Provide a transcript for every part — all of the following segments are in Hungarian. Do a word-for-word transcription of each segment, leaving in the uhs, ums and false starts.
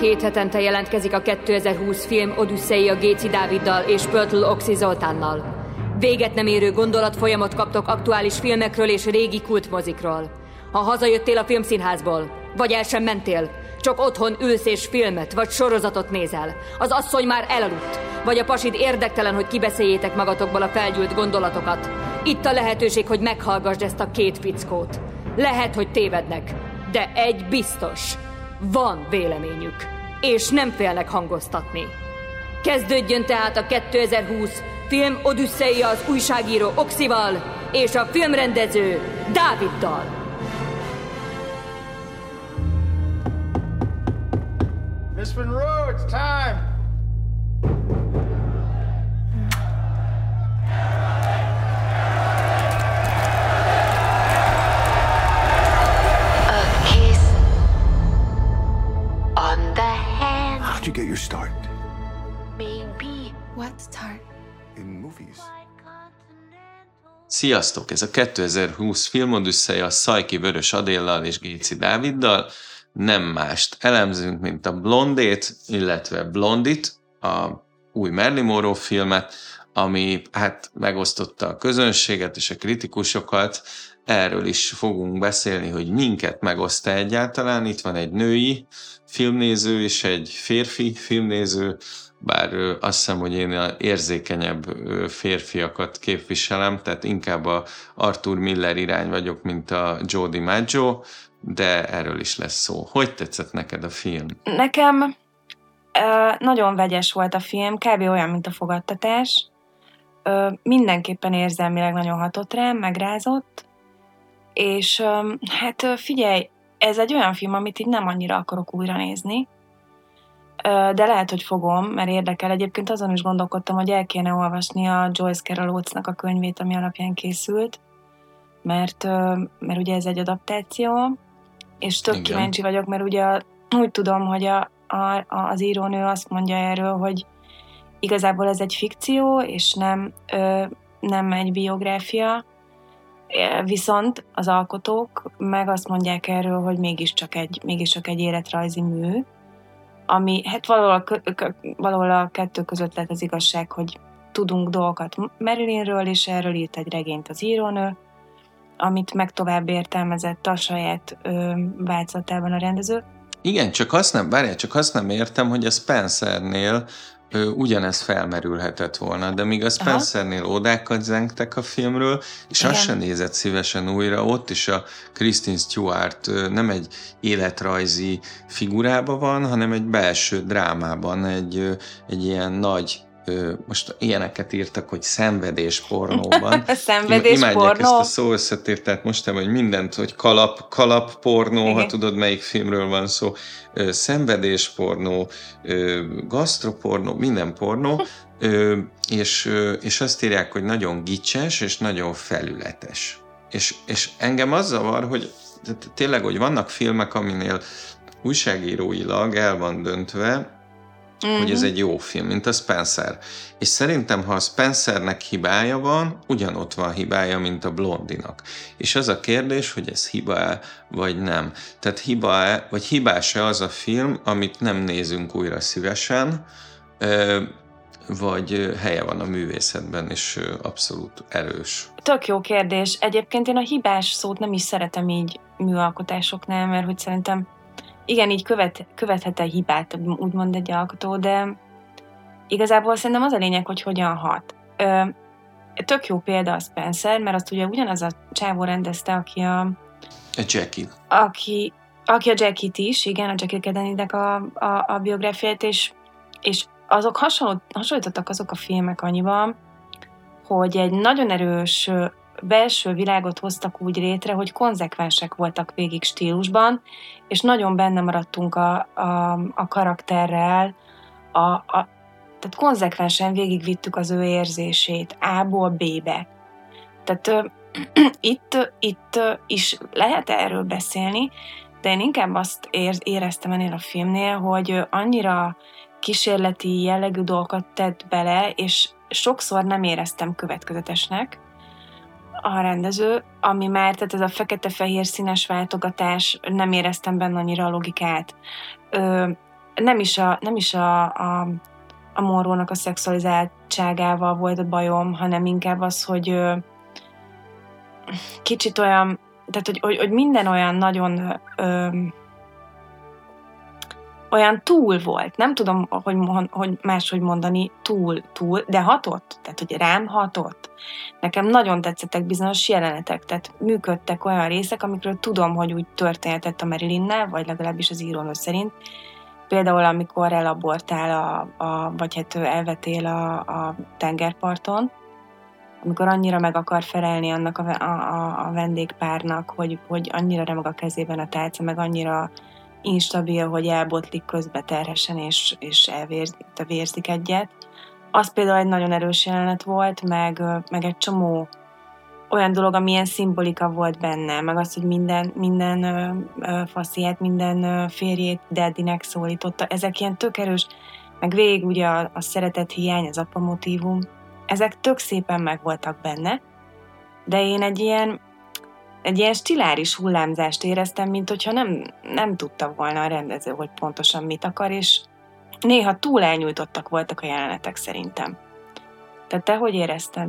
két hetente jelentkezik a kétezer-húsz film Odüsszeia Géci Dáviddal és Pörtl Oxi Zoltánnal. Véget nem érő gondolatfolyamot kaptok aktuális filmekről és régi kultmozikról. Ha hazajöttél a filmszínházból, vagy el sem mentél, csak otthon ülsz és filmet vagy sorozatot nézel, az asszony már elaludt, vagy a pasid érdektelen, hogy kibeszéljétek magatokból a felgyűlt gondolatokat. Itt a lehetőség, hogy meghallgassd ezt a két fickót. Lehet, hogy tévednek, de egy biztos. Van véleményük, és nem félnek hangoztatni. Kezdődjön tehát a kétezer-húsz film Odüsszeia az újságíró Oxival és a filmrendező Dáviddal. Miss Monroe, it's time! A kiss on the hand. How'd you get your start? Maybe. What start? In movies. Sziasztok! Ez a kétezer-húsz film Odüsszeia Szajki Vörös Adéllal és Géci Dáviddal. Nem mást elemzünk, mint a Blondét, illetve Blondit, a új Marilyn Monroe filmet, ami hát megosztotta a közönséget és a kritikusokat. Erről is fogunk beszélni, hogy minket megoszt egyáltalán. Itt van egy női filmnéző és egy férfi filmnéző, bár ö, azt hiszem, hogy én az érzékenyebb ö, férfiakat képviselem, tehát inkább a Arthur Miller irány vagyok, mint a Joe DiMaggio, de erről is lesz szó. Hogy tetszett neked a film? Nekem ö, nagyon vegyes volt a film, kb. Olyan, mint a Fogadtatás. Ö, mindenképpen érzelmileg nagyon hatott rám, megrázott, és ö, hát figyelj, ez egy olyan film, amit így nem annyira akarok újra nézni, ö, de lehet, hogy fogom, mert érdekel. Egyébként azon is gondolkodtam, hogy el kéne olvasni a Joyce Carol Oates-nak a könyvét, ami alapján készült, mert, ö, mert ugye ez egy adaptáció, és tök Igen. kíváncsi vagyok, mert ugye úgy tudom, hogy a, a, az írónő azt mondja erről, hogy igazából ez egy fikció, és nem, ö, nem egy biográfia, viszont az alkotók meg azt mondják erről, hogy mégiscsak egy, mégiscsak egy életrajzi mű, ami hát valahol a, valahol a kettő között lett az igazság, hogy tudunk dolgokat Marilynről, és erről írt egy regényt az írónő, amit meg tovább értelmezett a saját ö, változatában a rendező. Igen, csak azt nem, várjál, csak azt nem értem, hogy a Spencernél ö, ugyanez felmerülhetett volna, de míg a Spencernél odákat zengtek a filmről, és Igen. azt sem nézett szívesen újra, ott is a Kristen Stewart ö, nem egy életrajzi figurában van, hanem egy belső drámában, egy, ö, egy ilyen nagy, ö, most ilyeneket írtak, hogy szenvedéspornóban. Szenvedéspornó? Imádják ezt a szó összetért, tehát most hogy mindent, hogy kalap, kalap pornó, Igen. ha tudod, melyik filmről van szó, ö, szenvedéspornó, ö, gasztropornó, minden pornó, ö, és, ö, és azt írják, hogy nagyon gicses és nagyon felületes. És, és engem az zavar, hogy tényleg, hogy vannak filmek, aminél újságíróilag el van döntve, Mm-hmm. hogy ez egy jó film, mint a Spencer. És szerintem, ha a Spencernek hibája van, ugyanott van hibája, mint a Blondinak. És az a kérdés, hogy ez hiba-e, vagy nem. Tehát hiba-e, vagy hibás-e az a film, amit nem nézünk újra szívesen, vagy helye van a művészetben, és abszolút erős. Tök jó kérdés. Egyébként én a hibás szót nem is szeretem így műalkotásoknál, mert hogy szerintem igen, így követ, követhet egy hibát, úgymond egy alkotó, de igazából szerintem az a lényeg, hogy hogyan hat. Ö, tök jó példa a Spencer, mert azt ugye ugyanaz a csávó rendezte, aki a... A Jackie. Aki, aki a Jackie-t is, igen, a Jackie Kennedy-nek a, a, a biográfiát, és, és azok hasonló, hasonlítottak azok a filmek annyiban, hogy egy nagyon erős belső világot hoztak úgy létre, hogy konzekvensek voltak végig stílusban, és nagyon benne maradtunk a, a, a karakterrel, a, a, tehát konzekvensen végigvittük az ő érzését A-ból B-be. Tehát ö, itt, itt is lehet erről beszélni, de én inkább azt ér, éreztem ennél a filmnél, hogy annyira kísérleti jellegű dolgokat tett bele, és sokszor nem éreztem következetesnek a rendező, ami már, tehát ez a fekete-fehér színes váltogatás, nem éreztem benne annyira a logikát. Ö, nem is a, nem is a, a, a Monroe-nak a szexualizáltságával volt a bajom, hanem inkább az, hogy ö, kicsit olyan, tehát hogy, hogy, hogy minden olyan nagyon ö, olyan túl volt. Nem tudom, hogy, hogy máshogy mondani, túl, túl, de hatott. Tehát, hogy rám hatott. Nekem nagyon tetszettek bizonyos jelenetek, tehát működtek olyan részek, amikről tudom, hogy úgy történhetett a Marilynnel, vagy legalábbis az írónő szerint. Például, amikor elabortál, a, a, vagy hát elvetél a, a tengerparton, amikor annyira meg akar felelni annak a, a, a vendégpárnak, hogy, hogy annyira remeg a kezében a tálca, meg annyira instabil, hogy elbotlik közbe terhesen, és, és elvérzik egyet. Az például egy nagyon erős jelenet volt, meg, meg egy csomó olyan dolog, amilyen szimbolika volt benne, meg az, hogy minden, minden ö, ö, fasziát, minden ö, férjét daddynek szólította. Ezek ilyen tök erős, meg végig ugye a, a szeretet hiány, az apa motívum. Ezek tök szépen megvoltak benne, de én egy ilyen egy ilyen stiláris hullámzást éreztem, mint hogyha nem, nem tudta volna a rendező, hogy pontosan mit akar, és néha túl elnyújtottak voltak a jelenetek szerintem. Tehát te hogy érezted?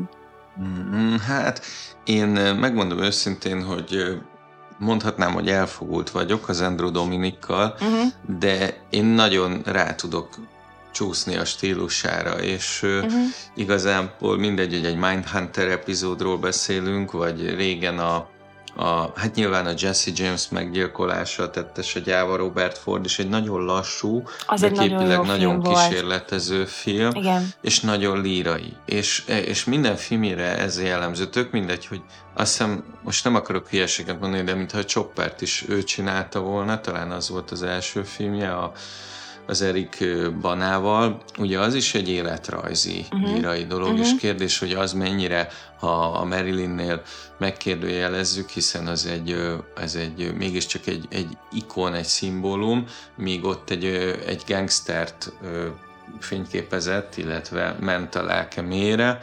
Mm, hát én megmondom őszintén, hogy mondhatnám, hogy elfogult vagyok az Andrew Dominikkal, uh-huh. de én nagyon rá tudok csúszni a stílusára, és uh-huh. igazából mindegy, hogy egy Mindhunter epizódról beszélünk, vagy régen a A, hát nyilván a Jesse James meggyilkolása tettes a gyáva Robert Ford is egy nagyon lassú, az de egy képileg nagyon, nagyon film kísérletező volt. film, igen. És nagyon lírai. És, és minden filmére ez jellemző, tök mindegy, hogy azt hiszem, most nem akarok hülyeséget mondani, de mintha a Choppert is ő csinálta volna, talán az volt az első filmje, a az Eric Banával, ugye az is egy életrajzi uh-huh. lírai dolog, uh-huh. és kérdés, hogy az mennyire, ha a Marilynnél megkérdőjelezzük, hiszen az egy, ez egy, mégiscsak egy, egy ikon, egy szimbólum, míg ott egy, egy gangstert fényképezett, illetve ment a lelke mélyre,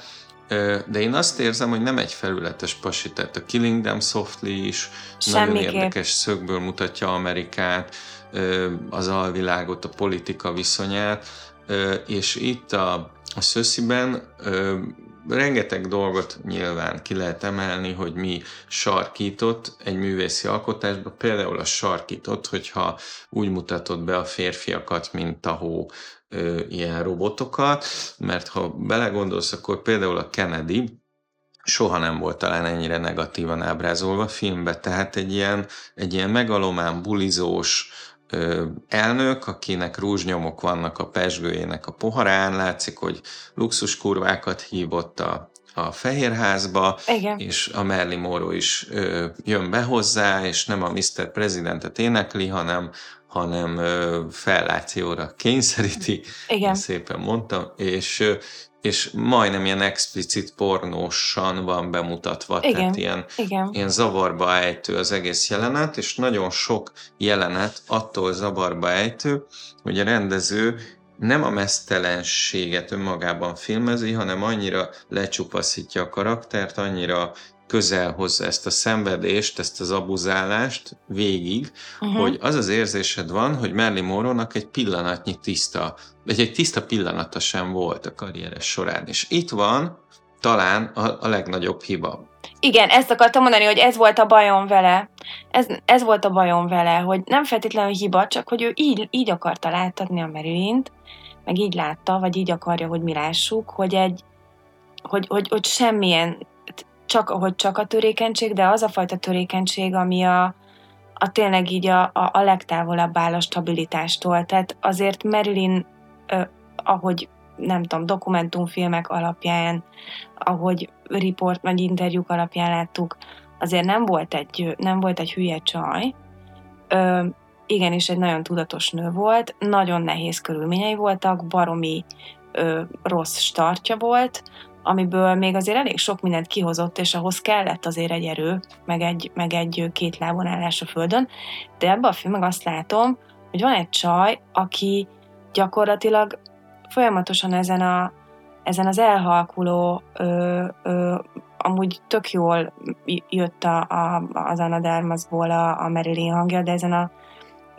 de én azt érzem, hogy nem egy felületes pasi, tehát a Killing Them Softly is nagyon érdekes szögből mutatja Amerikát, az alvilágot, a politika viszonyát, és itt a, a Szösziben rengeteg dolgot nyilván ki lehet emelni, hogy mi sarkított egy művészi alkotásban, például a sarkított, hogyha úgy mutatod be a férfiakat, mint tahó ilyen robotokat, mert ha belegondolsz, akkor például a Kennedy soha nem volt talán ennyire negatívan ábrázolva filmben, tehát egy ilyen, egy ilyen megalomán, bulizós elnök, akinek rúzsnyomok vannak a pezsgőjének a poharán, látszik, hogy luxuskurvákat hívott a, a Fehérházba, igen. És a Marilyn Monroe is ö, jön be hozzá, és nem a miszter Presidentet énekli, hanem, hanem ö, fellációra kényszeríti, igen. Szépen mondtam, és ö, és majdnem ilyen explicit pornósan van bemutatva, igen, tehát ilyen, igen. ilyen zavarba ejtő az egész jelenet, és nagyon sok jelenet attól zavarba ejtő, hogy a rendező nem a meztelenséget önmagában filmezi, hanem annyira lecsupaszítja a karaktert, annyira közel hozza ezt a szenvedést, ezt az abuzálást végig, uh-huh. hogy az az érzésed van, hogy Marilyn Monroe-nak egy pillanatnyi tiszta, vagy egy tiszta pillanata sem volt a karrieres során. És itt van talán a, a legnagyobb hiba. Igen, ezt akartam mondani, hogy ez volt a bajom vele. Ez, ez volt a bajom vele, hogy nem feltétlenül hiba, csak hogy ő így, így akarta láttatni a Marilynt, meg így látta, vagy így akarja, hogy mi lássuk, hogy egy, hogy, hogy, hogy semmilyen csak, hogy csak a törékenység, de az a fajta törékenység, ami a, a tényleg így a, a, a legtávolabb áll a stabilitástól. Tehát azért Marilyn, eh, ahogy nem tudom, dokumentumfilmek alapján, ahogy riport vagy interjúk alapján láttuk, azért nem volt egy, nem volt egy hülye csaj. Ö, igenis egy nagyon tudatos nő volt, nagyon nehéz körülményei voltak, baromi ö, rossz startja volt, amiből még azért elég sok mindent kihozott, és ahhoz kellett azért egy erő, meg egy, meg egy két lábon állás a földön, de ebben a filmben azt látom, hogy van egy csaj, aki gyakorlatilag folyamatosan ezen, a, ezen az elhalkuló, ö, ö, amúgy tök jól jött a, a, az Anna de Armasból a, a Marilyn hangja, de ezen a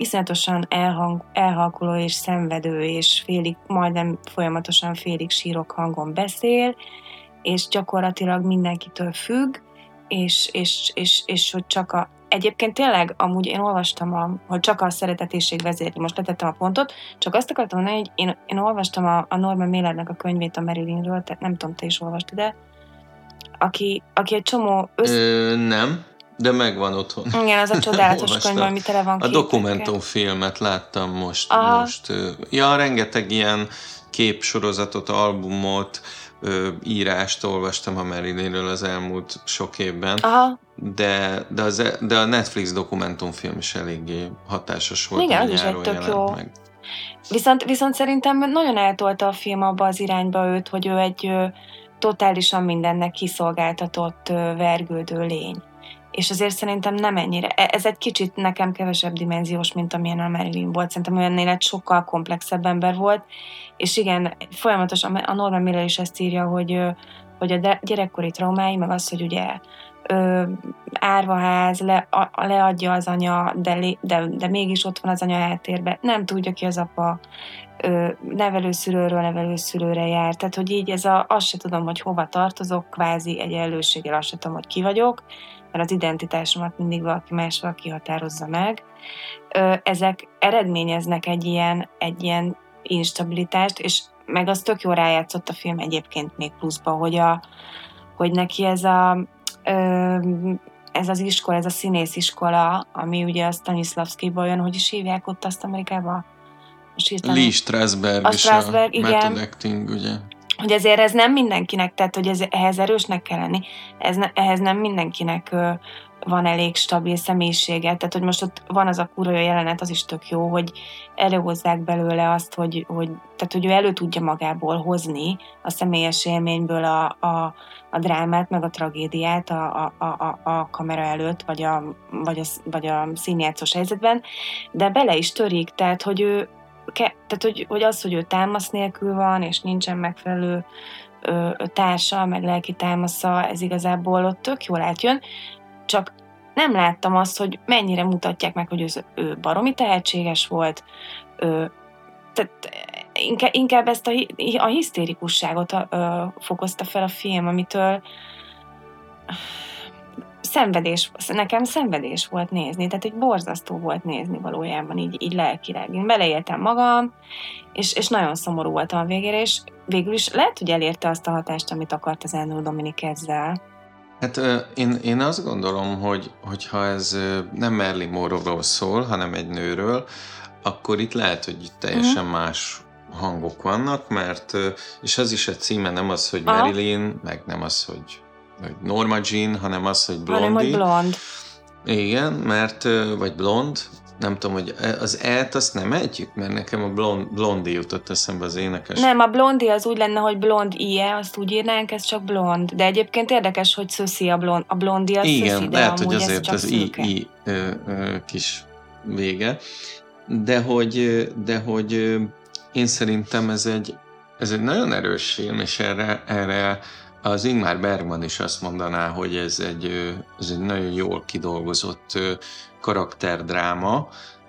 iszonyatosan elhang, elhalkuló és szenvedő, és félig, majdnem folyamatosan félig sírok hangon beszél, és gyakorlatilag mindenkitől függ, és, és, és, és hogy csak a... Egyébként tényleg, amúgy én olvastam, a, hogy csak a szeretetésség vezérli, most letettem a pontot, csak azt akartam mondani, hogy én, én olvastam a, a Norman Mailernek a könyvét a Marilynről, tehát nem tudom, te is olvastad, de aki, aki egy csomó... Össz... Ö, nem, de megvan otthon. Igen, az a csodálatos könyv, ami tele van A képekkel. dokumentumfilmet láttam most. Aha. most. Ja, rengeteg ilyen képsorozatot, albumot, ö, írást olvastam a Marilynről az elmúlt sok évben, Aha. de, de, az, de a Netflix dokumentumfilm is eléggé hatásos volt. Igen, hogy az is egy nyáron tök jelent jó. meg. Viszont, viszont szerintem nagyon eltolta a film abba az irányba őt, hogy ő egy ö, totálisan mindennek kiszolgáltatott ö, vergődő lény. És azért szerintem nem ennyire. Ez egy kicsit nekem kevesebb dimenziós, mint amilyen a Marilyn volt. Szerintem olyannél egy sokkal komplexebb ember volt. És igen, folyamatosan a Norman Mailer is ezt írja, hogy, hogy a gyerekkori traumái, meg az, hogy ugye ö, árvaház, le, a, leadja az anya, de, de, de mégis ott van az anya háttérben. Nem tudja ki az apa, ö, nevelőszülőről nevelőszülőre jár. Tehát, hogy így ez a, azt se tudom, hogy hova tartozok, kvázi egyenlőséggel azt se tudom, hogy ki vagyok, mert az identitásomat mindig valaki más valaki határozza meg. Ezek eredményeznek egy ilyen, egy ilyen instabilitást, és meg az tök jól rájátszott a film egyébként még pluszba, hogy, a, hogy neki ez, a, ez az iskola, ez a színésziskola, ami ugye a Stanislavskiból jön, hogy is hívják ott azt Amerikában? Lee Strasberg a és Strasberg, a igen. Method Acting, ugye? Hogy ezért ez nem mindenkinek, tehát hogy ez, ehhez erősnek kell lenni, ez ne, ehhez nem mindenkinek ö, van elég stabil személyisége, tehát hogy most ott van az a kurva jelenet, az is tök jó, hogy előhozzák belőle azt, hogy, hogy, tehát, hogy ő elő tudja magából hozni a személyes élményből a, a, a drámát, meg a tragédiát a, a, a, a kamera előtt, vagy a, vagy a, vagy a színjátszós helyzetben, de bele is törik, tehát hogy ő Ke, tehát, hogy, hogy az, hogy ő támasz nélkül van, és nincsen megfelelő ö, társa, meg lelki támasza, ez igazából ott tök jól átjön, csak nem láttam azt, hogy mennyire mutatják meg, hogy ő, ő baromi tehetséges volt, ö, tehát inkább, inkább ezt a, a hisztérikusságot ö, fokozta fel a film, amitől szenvedés, nekem szenvedés volt nézni, tehát egy borzasztó volt nézni valójában, így, így lelkileg. Én beleéltem magam, és, és nagyon szomorú voltam a végére, és végül is lehet, hogy elérte azt a hatást, amit akart az Andrew Dominik ezzel. Hát én, én azt gondolom, hogy hogyha ez nem Marilyn Monroe-ról szól, hanem egy nőről, akkor itt lehet, hogy itt teljesen uh-huh. más hangok vannak, mert, és az is a címe nem az, hogy Marilyn, ah. meg nem az, hogy vagy Norma Jean, hanem az, hogy Blondie. Hanem, hogy blond. Igen, mert, vagy blond, nem tudom, hogy az E-t azt nem ejtjük, mert nekem a blond, Blondie jutott eszembe az énekes. Nem, a Blondie az úgy lenne, hogy blond I-e, azt úgy írnánk, ez csak blond. De egyébként érdekes, hogy Szöszi a blond, a Blondie az igen, Szöszi, de lehet, amúgy hogy azért ez csak az I, I ö, ö, kis vége. De hogy, de hogy én szerintem ez egy, ez egy nagyon erős film, és erre, erre az Ingmar Bergman is azt mondaná, hogy ez egy, ez egy nagyon jól kidolgozott karakterdráma.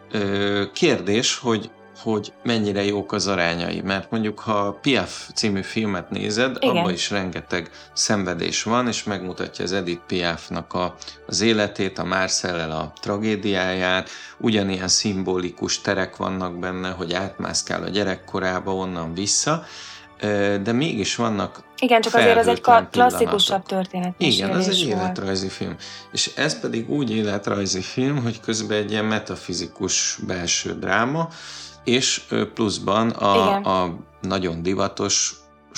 Kérdés, hogy, hogy mennyire jók az arányai, mert mondjuk ha a Piaf című filmet nézed, igen. abban is rengeteg szenvedés van, és megmutatja az Edith Piafnak a, az életét, a Marcellel a tragédiáját, ugyanilyen szimbolikus terek vannak benne, hogy átmászkál a gyerekkorába, onnan vissza, de mégis vannak igen, csak azért az egy klasszikusabb történetmesélés. Igen, az egy életrajzi film. És ez pedig úgy életrajzi film, hogy közben egy ilyen metafizikus belső dráma, és pluszban a, a nagyon divatos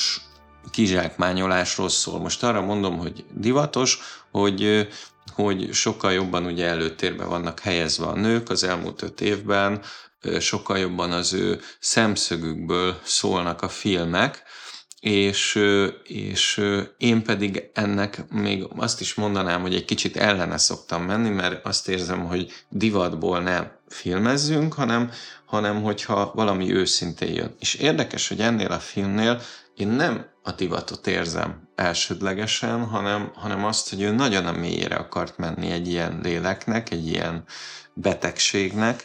kizsákmányolásról szól. Most arra mondom, hogy divatos, hogy, hogy sokkal jobban ugye előtérbe vannak helyezve a nők az elmúlt öt évben, sokkal jobban az ő szemszögükből szólnak a filmek, és, és én pedig ennek még azt is mondanám, hogy egy kicsit ellene szoktam menni, mert azt érzem, hogy divatból nem filmezzünk, hanem, hanem hogyha valami őszintén jön. És érdekes, hogy ennél a filmnél én nem a divatot érzem elsődlegesen, hanem, hanem azt, hogy ő nagyon a mélyére akart menni egy ilyen léleknek, egy ilyen betegségnek,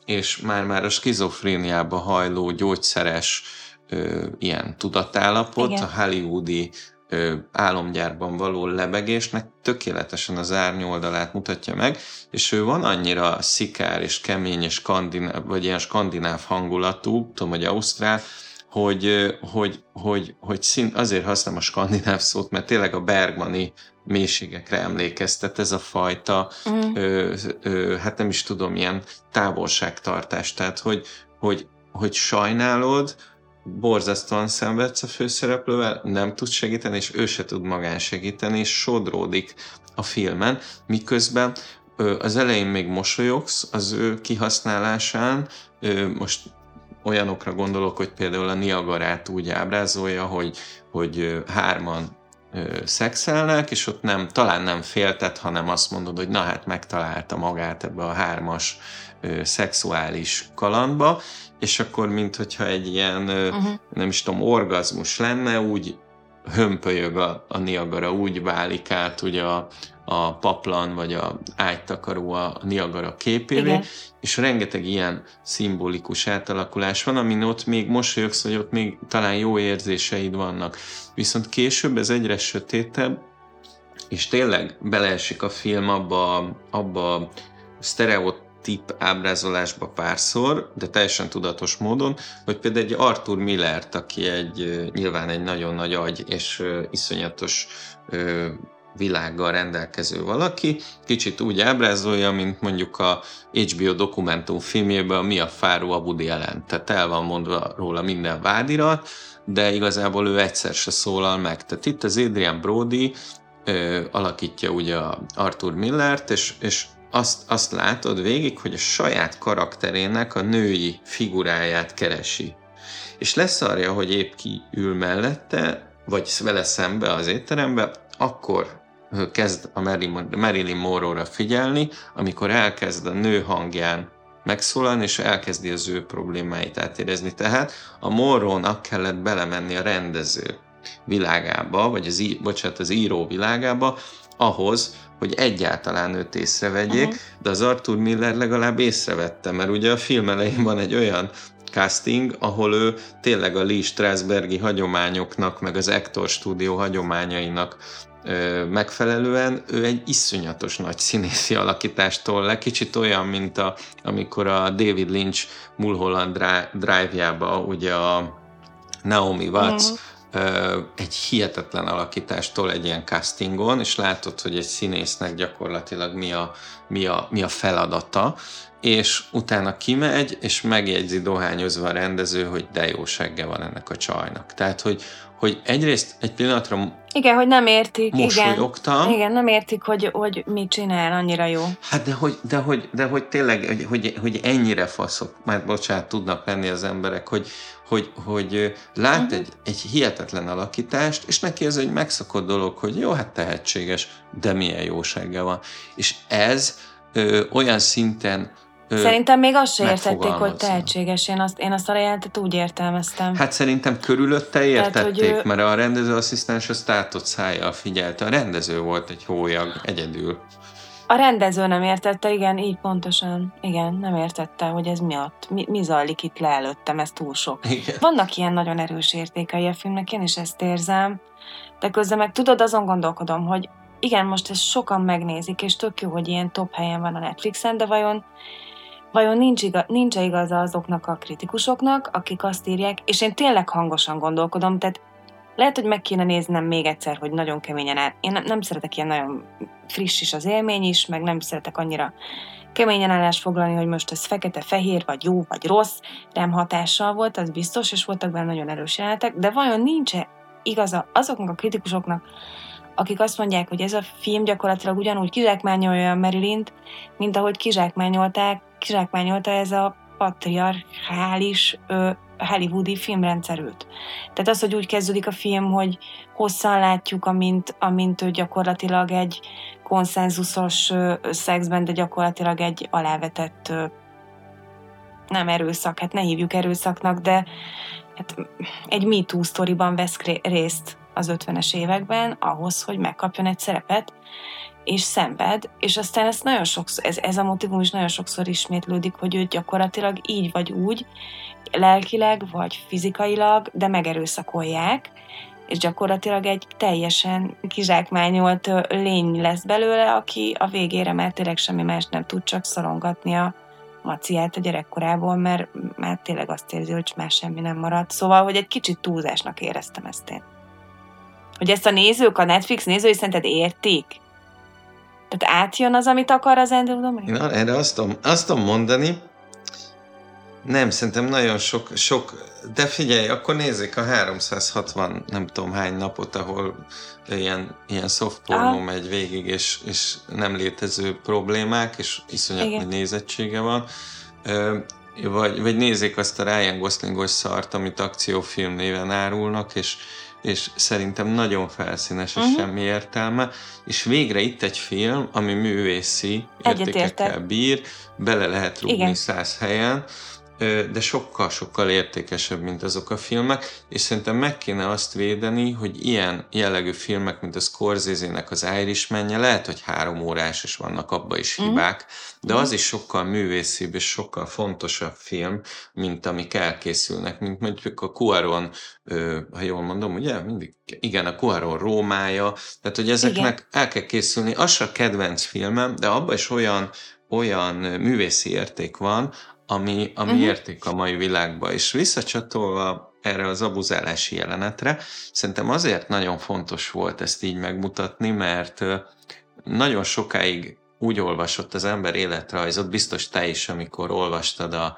és már-már a skizofréniába hajló gyógyszeres ö, ilyen tudatállapot, Igen. a hollywoodi ö, álomgyárban való lebegésnek tökéletesen az árnyoldalát mutatja meg, és ő van annyira szikár és kemény és skandináv, vagy ilyen skandináv hangulatú, tudom, hogy ausztrál, hogy, hogy, hogy, hogy szint, azért használom a skandináv szót, mert tényleg a Bergmani mélységekre emlékeztet ez a fajta, mm. ö, ö, hát nem is tudom, ilyen távolságtartás, tehát hogy, hogy, hogy sajnálod, borzasztóan szenvedsz a főszereplővel, nem tud segíteni, és ő se tud magán segíteni, és sodródik a filmen, miközben ö, az elején még mosolyogsz az ő kihasználásán, ö, most olyanokra gondolok, hogy például a Niagarát úgy ábrázolja, hogy, hogy hárman ö, szexelnek, és ott nem, talán nem félted, hanem azt mondod, hogy na hát megtalálta magát ebbe a hármas ö, szexuális kalandba, és akkor minthogyha egy ilyen, ö, uh-huh. nem is tudom, orgazmus lenne, úgy hömpölyög a, a Niagara, úgy válik át ugye a, a paplan, vagy a ágytakaró a Niagara képévé, igen. És rengeteg ilyen szimbolikus átalakulás van, amin ott még mosolyogsz, vagy ott még talán jó érzéseid vannak. Viszont később ez egyre sötétebb, és tényleg beleesik a film abba, abba a sztereotíp ábrázolásba párszor, de teljesen tudatos módon, hogy például egy Arthur Millert, aki egy nyilván egy nagyon nagy agy, és iszonyatos világgal rendelkező valaki, kicsit úgy ábrázolja, mint mondjuk a há bé o dokumentum filmjében a Mia Farrow a Woody Allen. Tehát el van mondva róla minden vádirat, de igazából ő egyszer se szólal meg. Tehát itt az Adrian Brody ö, alakítja ugye a Arthur Millert, és, és azt, azt látod végig, hogy a saját karakterének a női figuráját keresi. És leszarja, hogy épp ki ül mellette, vagy vele szembe az étterembe, akkor kezd a Marilyn Monroe-ra figyelni, amikor elkezd a nő hangján megszólalni, és elkezdi az ő problémáit átérezni. Tehát a Monroe-nak kellett belemenni a rendező világába, vagy az, í- bocsánat, az író világába, ahhoz, hogy egyáltalán őt észrevegyék, uh-huh. de az Arthur Miller legalább észrevette, mert ugye a film elején van egy olyan casting, ahol ő tényleg a Lee Strasbergi hagyományoknak, meg az Actor Studio hagyományainak ö, megfelelően ő egy iszonyatos nagy színészi alakítástól le, kicsit olyan, mint a, amikor a David Lynch Mulholland Drive-jába ugye a Naomi Watts uh-huh. ö, egy hihetetlen alakítástól egy ilyen castingon, és látod, hogy egy színésznek gyakorlatilag mi a, mi a, mi a feladata, és utána kimegy, és megjegyzi dohányozva a rendező, hogy de jó segge van ennek a csajnak. Tehát, hogy, hogy egyrészt egy pillanatra igen, hogy nem értik, mosolyogtam. Igen, igen, nem értik, hogy, hogy mit csinál, annyira jó. Hát de hogy, de hogy, de hogy tényleg, hogy, hogy, hogy ennyire faszok, már bocsánat, tudnak lenni az emberek, hogy, hogy, hogy lát uh-huh. egy, egy hihetetlen alakítást, és neki ez egy megszokott dolog, hogy jó, hát tehetséges, de milyen jóságga van. És ez ö, olyan szinten szerintem még azt se értették, hogy tehetséges. Én azt, én azt a jelentet úgy értelmeztem. Hát szerintem körülötte értették, Tehát, ő... mert a rendezőasszisztens a tátott szájjal figyelte. A rendező volt egy hólyag egyedül. A rendező nem értette, igen, így pontosan. Igen, nem értette, hogy ez miatt. Mi, mi zajlik itt le előttem, ez túl sok. Igen. Vannak ilyen nagyon erős értékei a filmnek, én is ezt érzem, de közben meg tudod, azon gondolkodom, hogy igen, most ezt sokan megnézik, és tök jó, hogy ilyen top helyen van a Netflixen, de vajon Vajon nincs, igaz, nincs igaza azoknak a kritikusoknak, akik azt írják, és én tényleg hangosan gondolkodom, tehát lehet, hogy meg kéne néznem még egyszer, hogy nagyon keményen áll. Én nem, nem szeretek ilyen nagyon friss is az élmény is, meg nem szeretek annyira keményen állást foglalni, hogy most ez fekete-fehér, vagy jó, vagy rossz, rám hatással volt, az biztos, és voltak benne nagyon erős jelenetek, de vajon nincs-e igaza azoknak a kritikusoknak, akik azt mondják, hogy ez a film gyakorlatilag ugyanúgy kizsákmányolja a Marilynt, mint ahogy kizsákmányolták, kizsákmányolta ez a patriarchális ö, hollywoodi filmrendszerűt. Tehát az, hogy úgy kezdődik a film, hogy hosszan látjuk, amint, amint ő gyakorlatilag egy konszenzusos ö, szexben, de gyakorlatilag egy alávetett ö, nem erőszak, hát ne hívjuk erőszaknak, de hát egy Me Too sztoriban vesz részt az ötvenes években ahhoz, hogy megkapjon egy szerepet, és szenved, és aztán ez nagyon sokszor, ez, ez a motivum is nagyon sokszor ismétlődik, hogy őt gyakorlatilag így vagy úgy, lelkileg vagy fizikailag, de megerőszakolják, és gyakorlatilag egy teljesen kizsákmányolt lény lesz belőle, aki a végére már tényleg semmi más nem tud, csak szorongatni a maciát a gyerekkorából, mert már tényleg azt érzi, hogy már semmi nem marad. Szóval, hogy egy kicsit túlzásnak éreztem ezt én. Hogy ezt a nézők, a Netflix nézői szerinted értik? Tehát átjön az, amit akar az Andrew Dominik? Én erre azt tudom, azt tudom mondani, nem, szerintem nagyon sok, sok, de figyelj, akkor nézzék a háromszázhatvan nem tudom hány napot, ahol ilyen, ilyen soft pornó megy végig, és, és nem létező problémák, és iszonyat nagy nézettsége van. Vagy, vagy nézzék azt a Ryan Goslingos szart, amit akciófilm néven árulnak, és és szerintem nagyon felszínes, és uh-huh. semmi értelme, és végre itt egy film, ami művészi értékekkel bír, bele lehet rúgni száz helyen, de sokkal-sokkal értékesebb, mint azok a filmek, és szerintem meg kéne azt védeni, hogy ilyen jellegű filmek, mint a Scorsese-nek az Irishman-je, lehet, hogy három órás, és vannak abba is hibák, de az is sokkal művészibb, és sokkal fontosabb film, mint amik elkészülnek, mint mondjuk a Cuarón, ha jól mondom, ugye? Mindig, igen, a Cuarón Rómája, tehát, hogy ezeknek igen. el kell készülni. Az a kedvenc filmem, de abban is olyan, olyan művészi érték van, ami, ami uh-huh. érték a mai világban. És visszacsatolva erre az abuzálási jelenetre, szerintem azért nagyon fontos volt ezt így megmutatni, mert nagyon sokáig úgy olvasott az ember életrajzot, biztos te is, amikor olvastad a,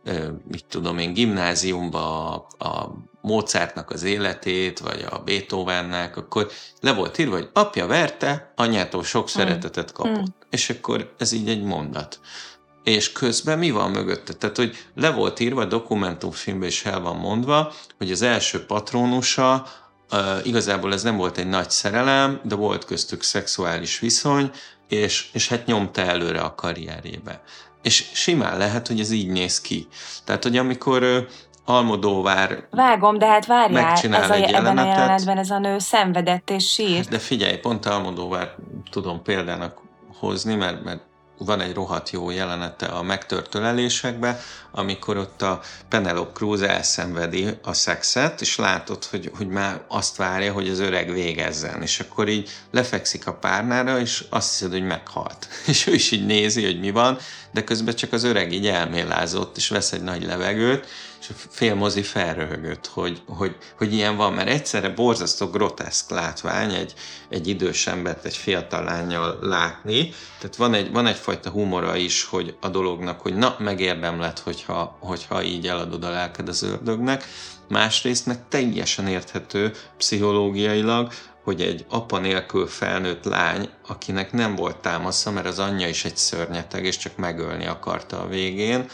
mit tudom én, gimnáziumba a, a Mozartnak az életét, vagy a Beethovennek, akkor le volt írva, hogy apja verte, anyától sok szeretetet kapott. Mm. És akkor ez így egy mondat. És közben mi van mögötte? Tehát, hogy le volt írva, a dokumentumfilmben is el van mondva, hogy az első patronusa, uh, igazából ez nem volt egy nagy szerelem, de volt köztük szexuális viszony, és, és hát nyomta előre a karrierjébe. És simán lehet, hogy ez így néz ki. Tehát, hogy amikor uh, Almodóvár Vágom, de hát várjál, megcsinál ez a, egy ebben jelenetet, a jelenetben ez a nő szenvedett és sírt. De figyelj, pont Almodóvár tudom példának hozni, mert, mert van egy rohadt jó jelenete a Megtörtélésekben, amikor ott a Penelope Cruz elszenvedi a szexet, és látod, hogy, hogy már azt várja, hogy az öreg végezzen, és akkor így lefekszik a párnára, és azt hiszed, hogy meghalt. És ő is így nézi, hogy mi van, de közben csak az öreg így elmélázott, és vesz egy nagy levegőt, és a fél mozi felröhögött, hogy, hogy, hogy ilyen van, mert egyszerre borzasztó groteszk látvány egy, egy idős embert egy fiatal lánnyal látni, tehát van, egy, van egyfajta humora is, hogy a dolognak, hogy na, megérdemled, hogyha, hogyha így eladod a lelked az ördögnek, másrészt meg teljesen érthető pszichológiailag, hogy egy apa nélkül felnőtt lány, akinek nem volt támasza, mert az anyja is egy szörnyeteg, és csak megölni akarta a végén,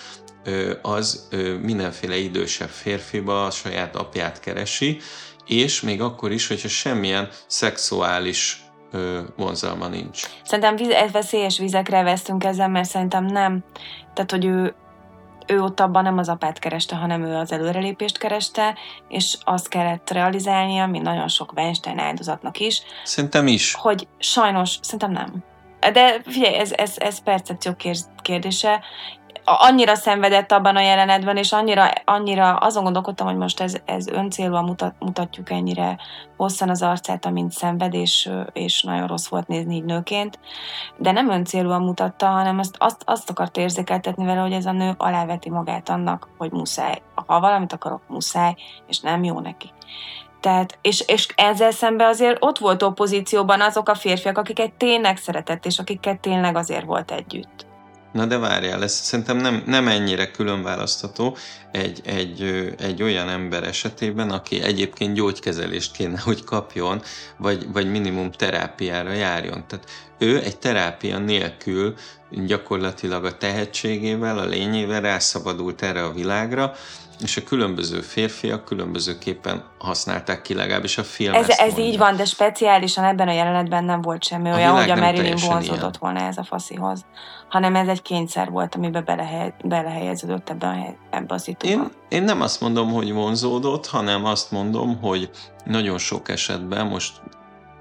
az mindenféle idősebb férfiba a saját apját keresi, és még akkor is, hogyha semmilyen szexuális vonzalma nincs. Szerintem víz, veszélyes vizekre vesztünk ezzel, mert szerintem nem. Tehát, hogy ő, ő ott abban nem az apát kereste, hanem ő az előrelépést kereste, és azt kellett realizálnia, mint nagyon sok Weinstein áldozatnak is. Szerintem is. Hogy sajnos, szerintem nem. De figyelj, ez, ez, ez percepció kérdése. Annyira szenvedett abban a jelenetben, és annyira, annyira azon gondolkodtam, hogy most ez, ez öncélúan mutat, mutatjuk ennyire hosszan az arcát, amint szenved, és, és nagyon rossz volt nézni így nőként, de nem öncélúan mutatta, hanem azt, azt, azt akart érzékeltetni vele, hogy ez a nő aláveti magát annak, hogy muszáj. Ha valamit akarok, muszáj, és nem jó neki. Tehát, és, és ezzel szemben azért ott volt opozícióban azok a férfiak, akiket tényleg szeretett, és akikkel tényleg azért volt együtt. Na de várjál, ez szerintem nem, nem ennyire különválasztható egy, egy, egy olyan ember esetében, aki egyébként gyógykezelést kéne, hogy kapjon, vagy, vagy minimum terápiára járjon. Tehát ő egy terápia nélkül gyakorlatilag a tehetségével, a lényével rászabadult erre a világra, és a különböző férfiak különbözőképpen használták ki, legalábbis a film Ez, ez így van, de speciálisan ebben a jelenetben nem volt semmi olyan, hogy a Marilyn vonzódott volna ez a faszihoz, hanem ez egy kényszer volt, amiben belehely, belehelyeződött ebbe a, ebbe a szituban. Én, én nem azt mondom, hogy vonzódott, hanem azt mondom, hogy nagyon sok esetben most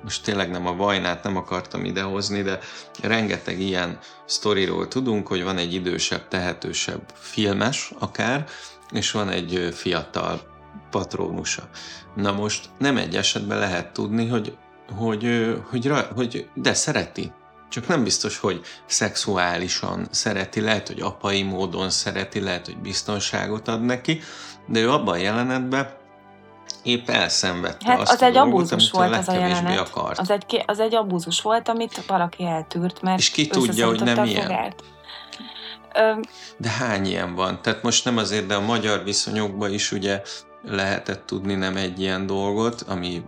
most tényleg nem a Vajnát nem akartam idehozni, de rengeteg ilyen sztoriról tudunk, hogy van egy idősebb, tehetősebb filmes akár, és van egy fiatal patrónusa. Na most nem egy esetben lehet tudni, hogy, hogy, hogy, hogy de szereti. Csak nem biztos, hogy szexuálisan szereti, lehet, hogy apai módon szereti, lehet, hogy biztonságot ad neki, de ő abban a jelenetben épp elszenvedte hát azt az a egy dolgot, abúzus volt az a jelenet. akart. Az egy, az egy abúzus volt, amit valaki eltűrt, mert és ki tudja, hogy nem ilyen. Ö... De hány ilyen van? Tehát most nem azért, de a magyar viszonyokban is ugye lehetett tudni nem egy ilyen dolgot, ami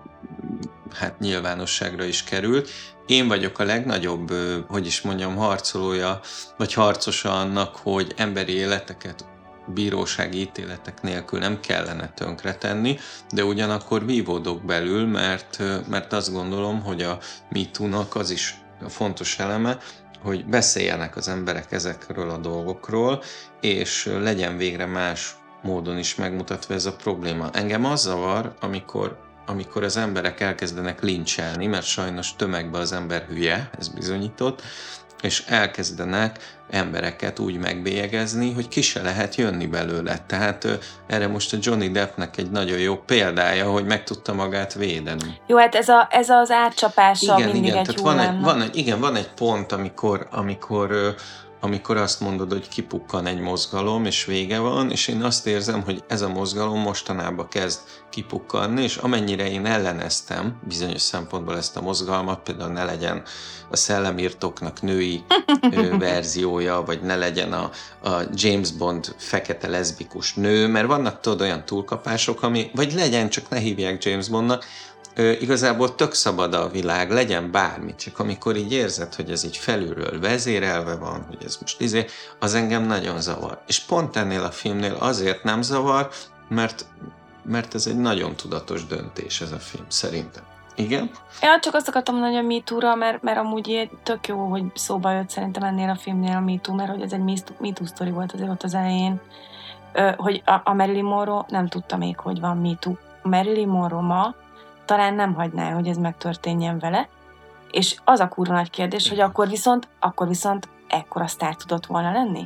hát nyilvánosságra is került. Én vagyok a legnagyobb, hogy is mondjam, harcolója, vagy harcosa annak, hogy emberi életeket bírósági ítéletek nélkül nem kellene tönkretenni, de ugyanakkor vívódok belül, mert, mert azt gondolom, hogy a MeToo-nak az is a fontos eleme, hogy beszéljenek az emberek ezekről a dolgokról, és legyen végre más módon is megmutatva ez a probléma. Engem az zavar, amikor, amikor az emberek elkezdenek lincselni, mert sajnos tömegben az ember hülye, ez bizonyított, és elkezdenek embereket úgy megbélyegezni, hogy ki se lehet jönni belőle. Tehát ö, erre most a Johnny Deppnek egy nagyon jó példája, hogy meg tudta magát védeni. Jó, hát ez, a, ez az átcsapása igen, mindig igen, egy tehát jó van egy, van egy, igen, van egy pont, amikor, amikor ö, amikor azt mondod, hogy kipukkan egy mozgalom, és vége van, és én azt érzem, hogy ez a mozgalom mostanában kezd kipukkanni, és amennyire én elleneztem bizonyos szempontból ezt a mozgalmat, például ne legyen a szellemírtóknak női ö, verziója, vagy ne legyen a, a James Bond fekete leszbikus nő, mert vannak tudod olyan túlkapások, ami, vagy legyen, csak ne hívják James Bondnak, Ö, igazából tök szabad a világ, legyen bármi, csak amikor így érzed, hogy ez így felülről vezérelve van, hogy ez most izé, az engem nagyon zavar. És pont ennél a filmnél azért nem zavar, mert, mert ez egy nagyon tudatos döntés ez a film, szerintem. Igen? Ja, csak azt akartam mondani, hogy a MeToo-ra, mert, mert amúgy tök jó, hogy szóba jött szerintem ennél a filmnél a MeToo, mert hogy ez egy MeToo sztori volt azért ott az elején, Ö, hogy a, a Marilyn Monroe nem tudta még, hogy van MeToo. A Marilyn Monroe ma talán nem hagyná, hogy ez megtörténjen vele, és az a kurva nagy kérdés, hogy akkor viszont, akkor viszont ekkora sztár tudott volna lenni.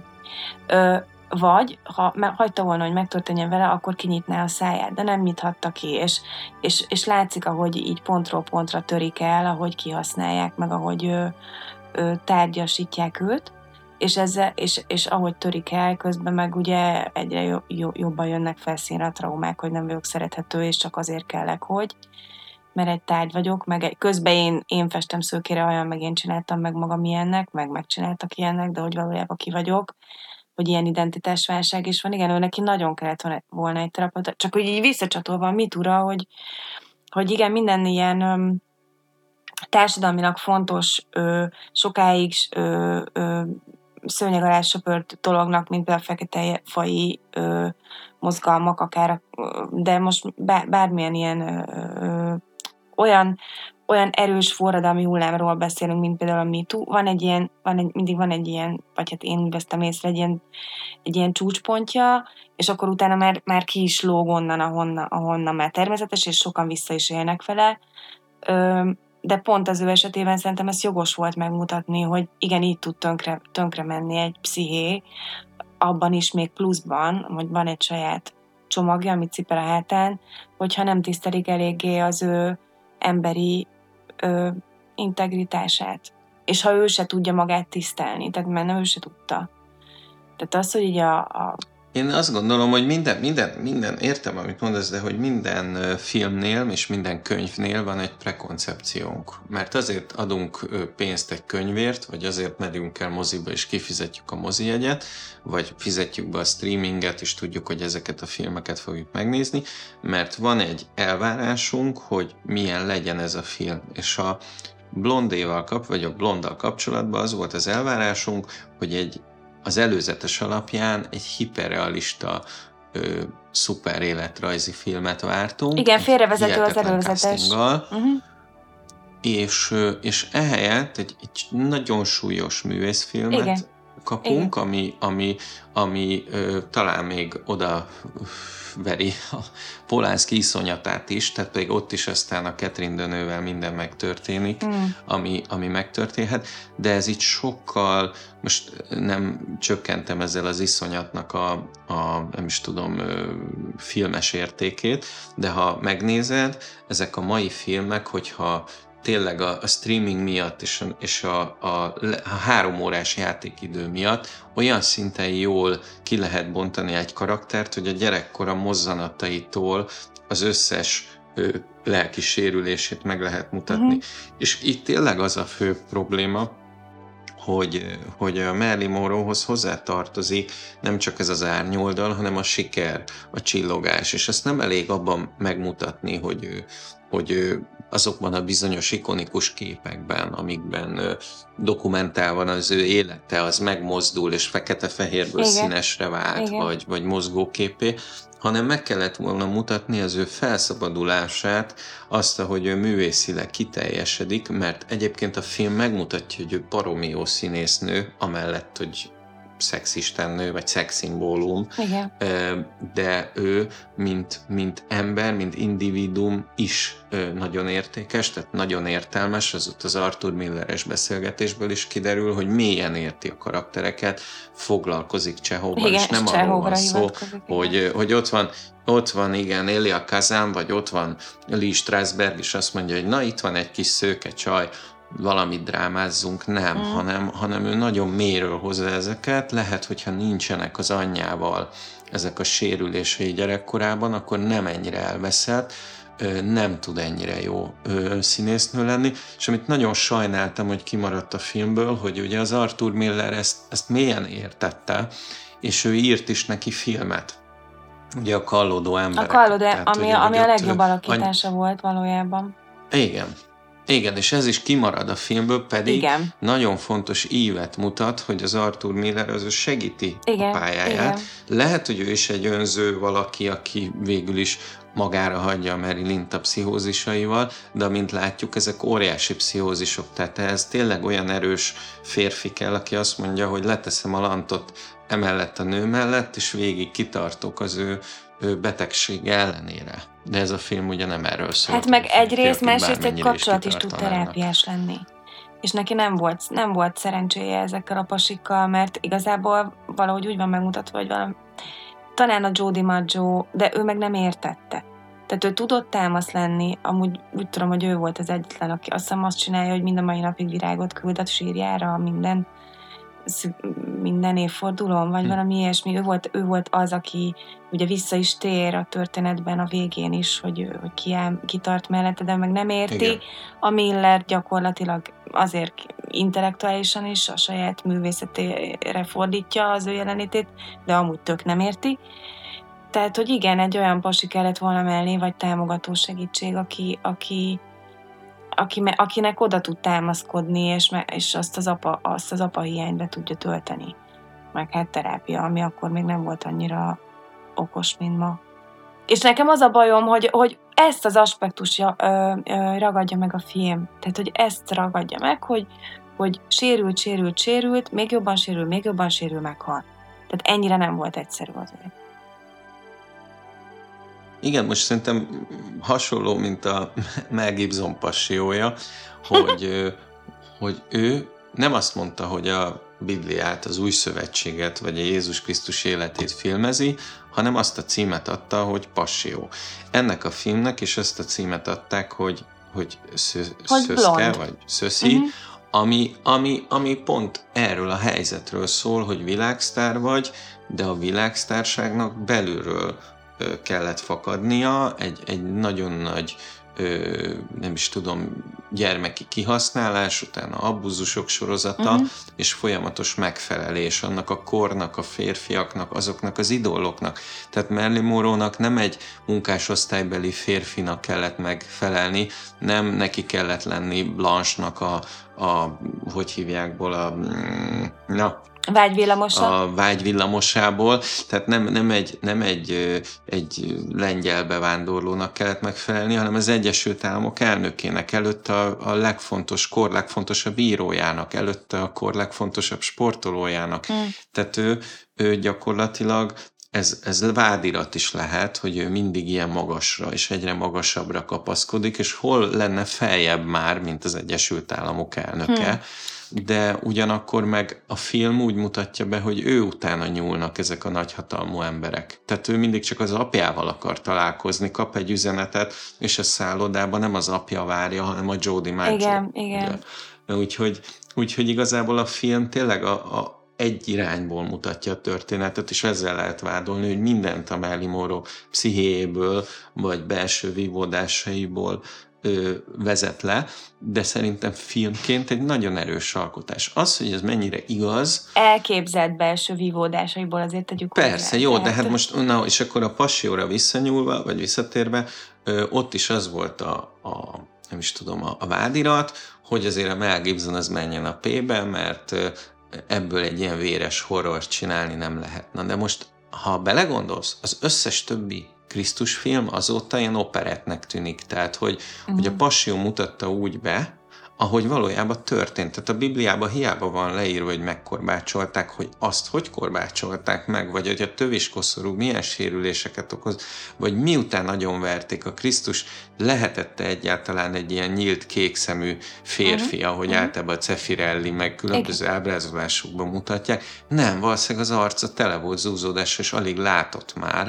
Ö, vagy, ha hagyta volna, hogy megtörténjen vele, akkor kinyitná a száját, de nem nyithatta ki, és, és, és látszik, ahogy így pontról pontra törik el, ahogy kihasználják, meg ahogy ö, ö, tárgyasítják őt, és, ezzel, és, és ahogy törik el, közben meg ugye egyre jobban jönnek felszínre a traumák, hogy nem vagyok szerethető, és csak azért kellek, hogy mert egy tárgy vagyok, meg egy, közben én, én festem szőkére olyan, meg én csináltam meg magam ilyennek, meg megcsináltak ilyennek, de hogy valójában ki vagyok, hogy ilyen identitásválság is van. Igen, ő neki nagyon kellett volna egy terapeuta, csak hogy így visszacsatolva a MeToo-ra, hogy, hogy igen, minden ilyen öm, társadalmilag fontos, ö, sokáig ö, ö, szőnyeg alá söpört dolognak, mint például a fekete fai ö, mozgalmak, akár, de most bár, bármilyen ilyen ö, ö, olyan, olyan erős forradalmi hullámról beszélünk, mint például a MeToo. Van egy ilyen, van egy, mindig van egy ilyen, vagy hát én vesztem észre, egy ilyen, egy ilyen csúcspontja, és akkor utána már, már ki is lóg onnan, ahonnan, ahonnan már természetes, és sokan vissza is élnek vele. Ö, de pont az ő esetében szerintem ez jogos volt megmutatni, hogy igen, így tud tönkre, tönkre menni egy psziché, abban is még pluszban, hogy van egy saját csomagja, amit cipel a hátán, hogyha nem tisztelik eléggé az ő emberi ö, integritását. És ha ő se tudja magát tisztelni, tehát mert nem ő se tudta. Tehát az, hogy így a... a Én azt gondolom, hogy minden, minden, minden, értem, amit mondasz, de hogy minden filmnél és minden könyvnél van egy prekoncepciónk. Mert azért adunk pénzt egy könyvért, vagy azért megyünk el moziba és kifizetjük a mozijegyet, vagy fizetjük be a streaminget, és tudjuk, hogy ezeket a filmeket fogjuk megnézni, mert van egy elvárásunk, hogy milyen legyen ez a film. És a Blondéval kap, vagy a Blonddal kapcsolatban az volt az elvárásunk, hogy egy az előzetes alapján egy hiperrealista ö, szuper életrajzi filmet vártunk. Igen, félrevezető az előzetes. Uh-huh. És, és ehelyett egy, egy nagyon súlyos művészfilmet Igen. kapunk, ami, ami, ami ö, talán még oda veri a Polanski iszonyatát is, tehát pedig ott is aztán a Catherine Deneuve-vel minden megtörténik, mm. ami, ami megtörténhet, de ez itt sokkal, most nem csökkentem ezzel az iszonyatnak a, a nem is tudom, filmes értékét, de ha megnézed, ezek a mai filmek, hogyha tényleg a, a streaming miatt és, a, és a, a, a három órás játékidő miatt olyan szinten jól ki lehet bontani egy karaktert, hogy a gyerekkora mozzanataitól az összes ő, lelki sérülését meg lehet mutatni. Uh-huh. És itt tényleg az a fő probléma, hogy, hogy a Marilyn Monroehoz hozzátartozik nem csak ez az árnyoldal, hanem a siker, a csillogás, és ezt nem elég abban megmutatni, hogy ő, hogy ő azokban a bizonyos ikonikus képekben, amikben dokumentál van az ő élete, az megmozdul, és fekete-fehérből Igen. színesre vált, vagy, vagy mozgóképé, hanem meg kellett volna mutatni az ő felszabadulását, azt, ahogy ő művészileg kiteljesedik, mert egyébként a film megmutatja, hogy ő baromi jó színésznő, amellett, hogy szexistennő, vagy szexszimbólum, de ő, mint, mint ember, mint individuum is nagyon értékes, tehát nagyon értelmes, az ott az Arthur Milleres beszélgetésből is kiderül, hogy mélyen érti a karaktereket, foglalkozik Csehovval, és nem arról van szó, hogy, hogy ott van ott van, igen, Elia Kazan, vagy ott van Lee Strasberg, és azt mondja, hogy na, itt van egy kis szőke csaj, valamit drámázzunk, nem, mm. hanem, hanem ő nagyon mélyről hozza ezeket, lehet, hogyha nincsenek az anyjával ezek a sérülései gyerekkorában, akkor nem ennyire elveszett, nem tud ennyire jó színésznő lenni, és amit nagyon sajnáltam, hogy kimaradt a filmből, hogy ugye az Arthur Miller ezt, ezt mélyen értette, és ő írt is neki filmet. Ugye a Kallódó emberek. A Kallódó, ami, ugye, ami a legjobb alakítása any... volt valójában. Igen. Igen, és ez is kimarad a filmből, pedig Igen. nagyon fontos ívet mutat, hogy az Arthur Miller az ő segíti Igen. a pályáját. Igen. Lehet, hogy ő is egy önző valaki, aki végül is magára hagyja a Marilyn-t a pszichózisaival, de amint látjuk, ezek óriási pszichózisok, tehát ez tényleg olyan erős férfi kell, aki azt mondja, hogy leteszem a lantot emellett a nő mellett, és végig kitartok az ő, ő betegsége ellenére. De ez a film ugye nem erről szól. Hát meg egyrészt, másrészt egy kapcsolat is tud terápiás lenni. És neki nem volt, nem volt szerencséje ezekkel a pasikkal, mert igazából valahogy úgy van megmutatva, hogy valami, talán a Joe DiMaggio, de ő meg nem értette. Tehát ő tudott támasz lenni, amúgy úgy tudom, hogy ő volt az egyetlen, aki azt hiszem azt csinálja, hogy mind a mai napig virágot küld a sírjára minden, minden évfordulón, vagy hm. valami ilyesmi. Ő volt, ő volt az, aki ugye vissza is tér a történetben a végén is, hogy, hogy ki áll, kitart mellette, de meg nem érti. Igen. A Miller gyakorlatilag azért intellektuálisan is a saját művészetére fordítja az ő jelenlétét, de amúgy tök nem érti. Tehát, hogy igen, egy olyan pasi kellett volna mellé, vagy támogató segítség, aki, aki, aki, akinek oda tud támaszkodni, és, és azt, az apa, azt az apa hiányt be tudja tölteni. Meg hát terápia, ami akkor még nem volt annyira okos, mint ma. És nekem az a bajom, hogy, hogy ezt az aspektust ö, ö, ragadja meg a film. Tehát, hogy ezt ragadja meg, hogy, hogy sérült, sérült, sérült, még jobban sérül, még jobban sérül, meghal. Tehát ennyire nem volt egyszerű azért. Igen, most szerintem hasonló, mint a Mel Gibson passiója, hogy, hogy ő nem azt mondta, hogy a Bibliát, az Új Szövetséget, vagy a Jézus Krisztus életét filmezi, hanem azt a címet adta, hogy Passió. Ennek a filmnek is ezt a címet adták, hogy, hogy, szö, hogy Szöszke, vagy Szöszi, uh-huh. ami, ami, ami pont erről a helyzetről szól, hogy világsztár vagy, de a világsztárságnak belülről kellett fakadnia, egy, egy nagyon nagy, ö, nem is tudom, gyermeki kihasználás, utána abúzusok sorozata, uh-huh. és folyamatos megfelelés annak a kornak, a férfiaknak, azoknak az idóloknak. Tehát Marilyn Monroe-nak nem egy munkásosztálybeli férfinak kellett megfelelni, nem neki kellett lenni Blanche-nak a, a hogy hívjákból, a, na, Vágyvillamosa. A vágyvillamosából, tehát nem, nem, egy, nem egy, egy lengyel bevándorlónak kellett megfelelni, hanem az Egyesült Államok elnökének, előtte a, a legfontos, kor legfontosabb írójának, előtte a kor legfontosabb sportolójának. Hmm. Tehát ő, ő gyakorlatilag Ez, ez vádirat is lehet, hogy ő mindig ilyen magasra és egyre magasabbra kapaszkodik, és hol lenne feljebb már, mint az Egyesült Államok elnöke, hmm. de ugyanakkor meg a film úgy mutatja be, hogy ő utána nyúlnak ezek a nagyhatalmú emberek. Tehát ő mindig csak az apjával akar találkozni, kap egy üzenetet, és a szállodában nem az apja várja, hanem a Jody Maggio. Igen, igen. Úgyhogy, úgyhogy igazából a film tényleg a, a egy irányból mutatja a történetet, és ezzel lehet vádolni, hogy mindent a Marilyn Monroe pszichéjéből, vagy belső vívódásaiból ö, vezet le, de szerintem filmként egy nagyon erős alkotás. Az, hogy ez mennyire igaz... Elképzelt belső vívódásaiból azért tegyük Persze, hozzá. jó, Tehát... de hát most, na, és akkor a Passióra visszanyúlva, vagy visszatérve, ö, ott is az volt a, a nem is tudom, a, a vádirat, hogy azért a Mel Gibson az menjen a P-be, mert ö, ebből egy ilyen véres horrort csinálni nem lehet. Na de most, ha belegondolsz, az összes többi Krisztus film azóta ilyen operettnek tűnik. Tehát, hogy, uh-huh. hogy a Passió mutatta úgy be, ahogy valójában történt. Tehát a Bibliában hiába van leírva, hogy megkorbácsolták, hogy azt hogy korbácsolták meg, vagy hogy a töviskoszorú milyen sérüléseket okoz, vagy miután nagyon-verték a Krisztus, lehetette egyáltalán egy ilyen nyílt kékszemű férfi, uh-huh. ahogy uh-huh. általában a Cefirelli meg különböző ábrázolásokban mutatják. Nem, valószínűleg az arca tele volt zúzódással, és alig látott már.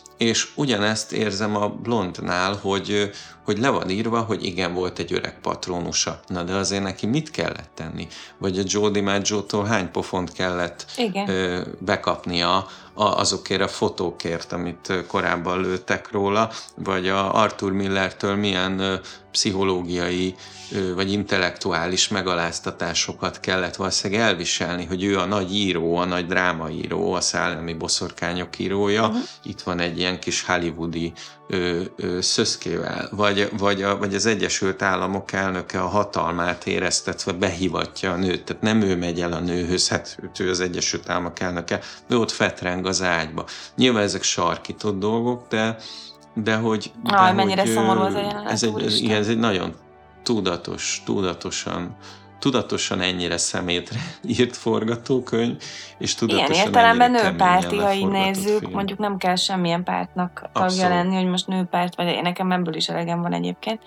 És ugyanezt érzem a Blondnál, hogy, hogy le van írva, hogy igen, volt egy öreg patrónusa. Na de azért neki mit kellett tenni? Vagy a Jody Maggiótól hány pofont kellett ö, bekapnia azokért a fotókért, amit korábban lőttek róla, vagy a Arthur Millertől milyen ö, pszichológiai ö, vagy intellektuális megaláztatásokat kellett valószínűleg elviselni, hogy ő a nagy író, a nagy drámaíró, a Szellemi boszorkányok írója, uh-huh. itt van egy ilyen kis hollywoodi ö, ö, szöszkével, vagy, vagy, a, vagy az Egyesült Államok elnöke a hatalmát éreztetve behivatja a nőt, tehát nem ő megy el a nőhöz, hát ő az Egyesült Államok elnöke, ő ott fetreng az ágyba. Nyilván ezek sarkított dolgok, de, de hogy... De Aj, hogy mennyire szomorú az a jelenet, ez egy, ez, igen, ez egy nagyon tudatos, tudatosan tudatosan ennyire szemétre írt forgatókönyv, és tudatosan ilyen értelemben nőpárti, ha így nézzük, film. Mondjuk nem kell semmilyen pártnak tagja Abszolút. lenni, hogy most nőpárt, vagy én nekem ebből is elegem van egyébként.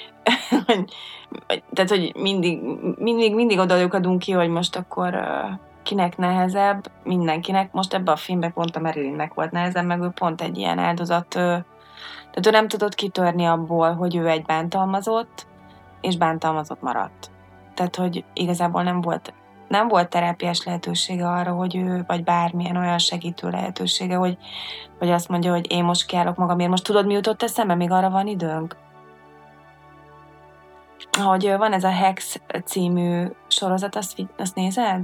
Tehát, hogy mindig, mindig, mindig odaadunk ki, hogy most akkor uh, kinek nehezebb, mindenkinek. Most ebben a filmben pont a Marilynnek volt nehezebb, meg ő pont egy ilyen áldozat. Uh, tehát ő nem tudott kitörni abból, hogy ő egy bántalmazott, és bántalmazott maradt. Tehát, hogy igazából nem volt, nem volt terápiás lehetősége arra, hogy ő, vagy bármilyen olyan segítő lehetősége, hogy, hogy azt mondja, hogy én most kiállok magamért. Most tudod, mi jutott eszembe? Még arra van időnk? Hogy van ez a Hex című sorozat, azt, azt nézed?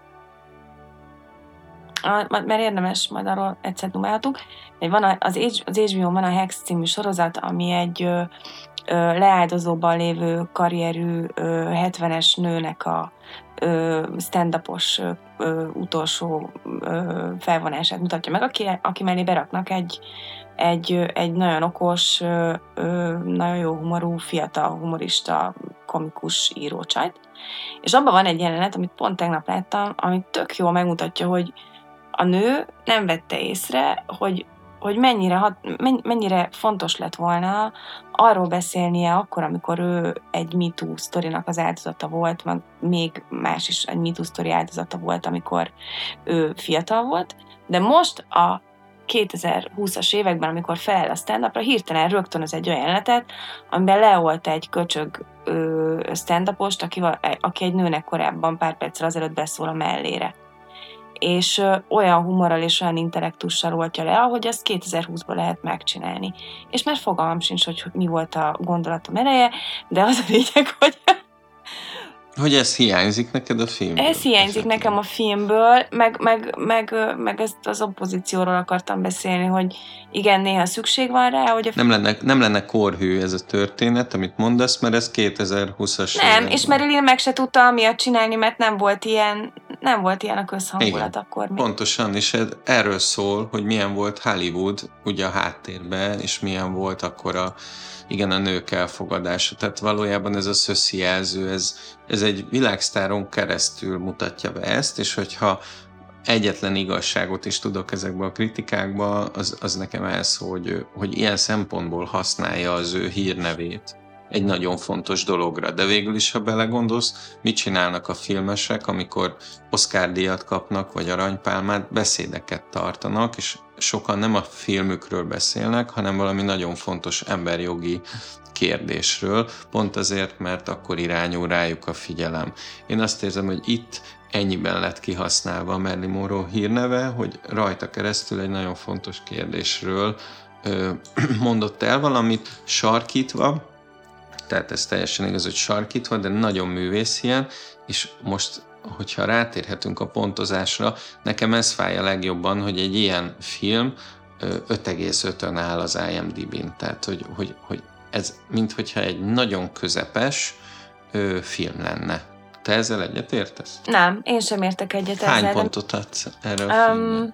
A, mert érdemes, majd arról egyszer dumálhatunk. Van az, az há bé ó van a Hex című sorozat, ami egy ö, ö, leáldozóban lévő karrierű ö, hetvenes nőnek a ö, stand-upos ö, utolsó ö, felvonását mutatja meg, aki, aki mellé beraknak egy, egy, egy nagyon okos, ö, ö, nagyon jó humorú, fiatal humorista, komikus írócsajt. És abban van egy jelenet, amit pont tegnap láttam, amit tök jól megmutatja, hogy a nő nem vette észre, hogy, hogy mennyire, hat, mennyire fontos lett volna arról beszélnie akkor, amikor ő egy MeToo sztorinak az áldozata volt, meg még más is egy MeToo sztori áldozata volt, amikor ő fiatal volt, de most a kétezer-húszas években, amikor feláll a stand-upra, hirtelen rögtönöz egy olyan jelenetet, amiben leolt egy köcsög stand-upost, aki, aki egy nőnek korábban pár perccel azelőtt beszól a mellére. És ö, olyan humorral és olyan intellektussal oltja le, ahogy azt kétezer-húszban lehet megcsinálni. És már fogalmam sincs, hogy mi volt a gondolatom ereje, de az a lényeg, hogy Hogy ez hiányzik neked a filmből? Ez hiányzik esetleg? nekem a filmből, meg, meg, meg, meg ezt az opozícióról akartam beszélni, hogy igen, néha szükség van rá, hogy a Nem lenne, nem lenne korhű ez a történet, amit mondasz, mert ez kétezer-húszas Nem, években. és Marilyn meg se tudta amiatt csinálni, mert nem volt ilyen, nem volt ilyen a közhangulat Igen, akkor még. pontosan, és ez erről szól, hogy milyen volt Hollywood ugye a háttérben, és milyen volt akkor a, igen, a nők elfogadása. Tehát valójában ez a szöszi jelző, ez, ez egy világsztáron keresztül mutatja be ezt, és hogyha egyetlen igazságot is tudok ezekben a kritikákban, az, az nekem elszól, hogy, hogy ilyen szempontból használja az ő hírnevét egy nagyon fontos dologra. De végül is, ha belegondolsz, mit csinálnak a filmesek, amikor Oscar-díjat kapnak, vagy aranypálmát, beszédeket tartanak, és sokan nem a filmükről beszélnek, hanem valami nagyon fontos emberjogi kérdésről, pont azért, mert akkor irányul rájuk a figyelem. Én azt érzem, hogy itt ennyiben lett kihasználva a Marilyn Monroe hírneve, hogy rajta keresztül egy nagyon fontos kérdésről ö, mondott el valamit sarkítva, tehát ez teljesen igaz, hogy sarkítva, de nagyon művész ilyen, és most, hogyha rátérhetünk a pontozásra, nekem ez fáj a legjobban, hogy egy ilyen film öt egész ötön áll az I M D B-n, tehát hogy, hogy, hogy ez minthogyha egy nagyon közepes ö, film lenne. Te ezzel egyet értesz? Nem, én sem értek egyet Hány ezzel. pontot adsz erre a Um, filmre?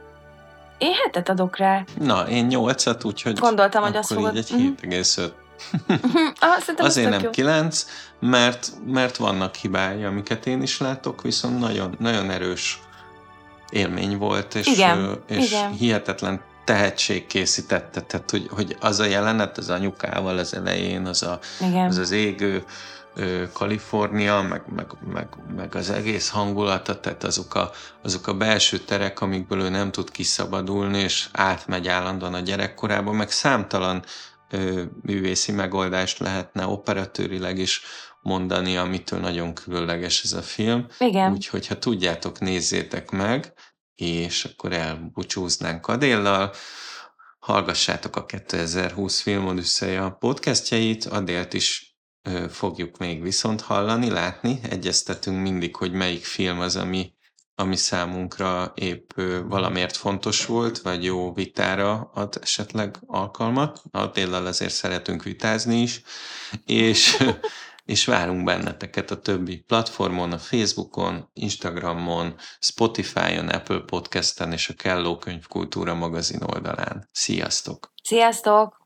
én hetet adok rá. Na, én nyolcat, úgyhogy Gondoltam, hogy azt akkor fogod- így egy Mhm. hét egész öt. Ah, szerintem Azért ez nem tök jó. kilenc, mert, mert vannak hibái, amiket én is látok, viszont nagyon, nagyon erős élmény volt, és, Igen, ö, és igen. hihetetlen tehetség készítette, tehát hogy, hogy az a jelenet az anyukával az elején, az a, Igen. az, az égő ö, Kalifornia, meg, meg, meg, meg az egész hangulata, tehát azok a, azok a belső terek, amikből ő nem tud kiszabadulni, és átmegy állandóan a gyerekkorában, meg számtalan ö, művészi megoldást lehetne operatőrileg is mondani, amitől nagyon különleges ez a film. Igen. Úgyhogy ha tudjátok, nézzétek meg, és akkor elbúcsúznánk Adéllal. Hallgassátok a kétezer-húsz Filmodüsszeja podcastjait, Adélt is ö, fogjuk még viszont hallani, látni. Egyeztetünk mindig, hogy melyik film az, ami, ami számunkra épp ö, valamiért fontos volt, vagy jó vitára ad esetleg alkalmat. Adéllal azért szeretünk vitázni is, és... és várunk benneteket a többi platformon, a Facebookon, Instagramon, Spotify-on, Apple Podcasten és a Kelló Könyvkultúra magazin oldalán. Sziasztok! Sziasztok!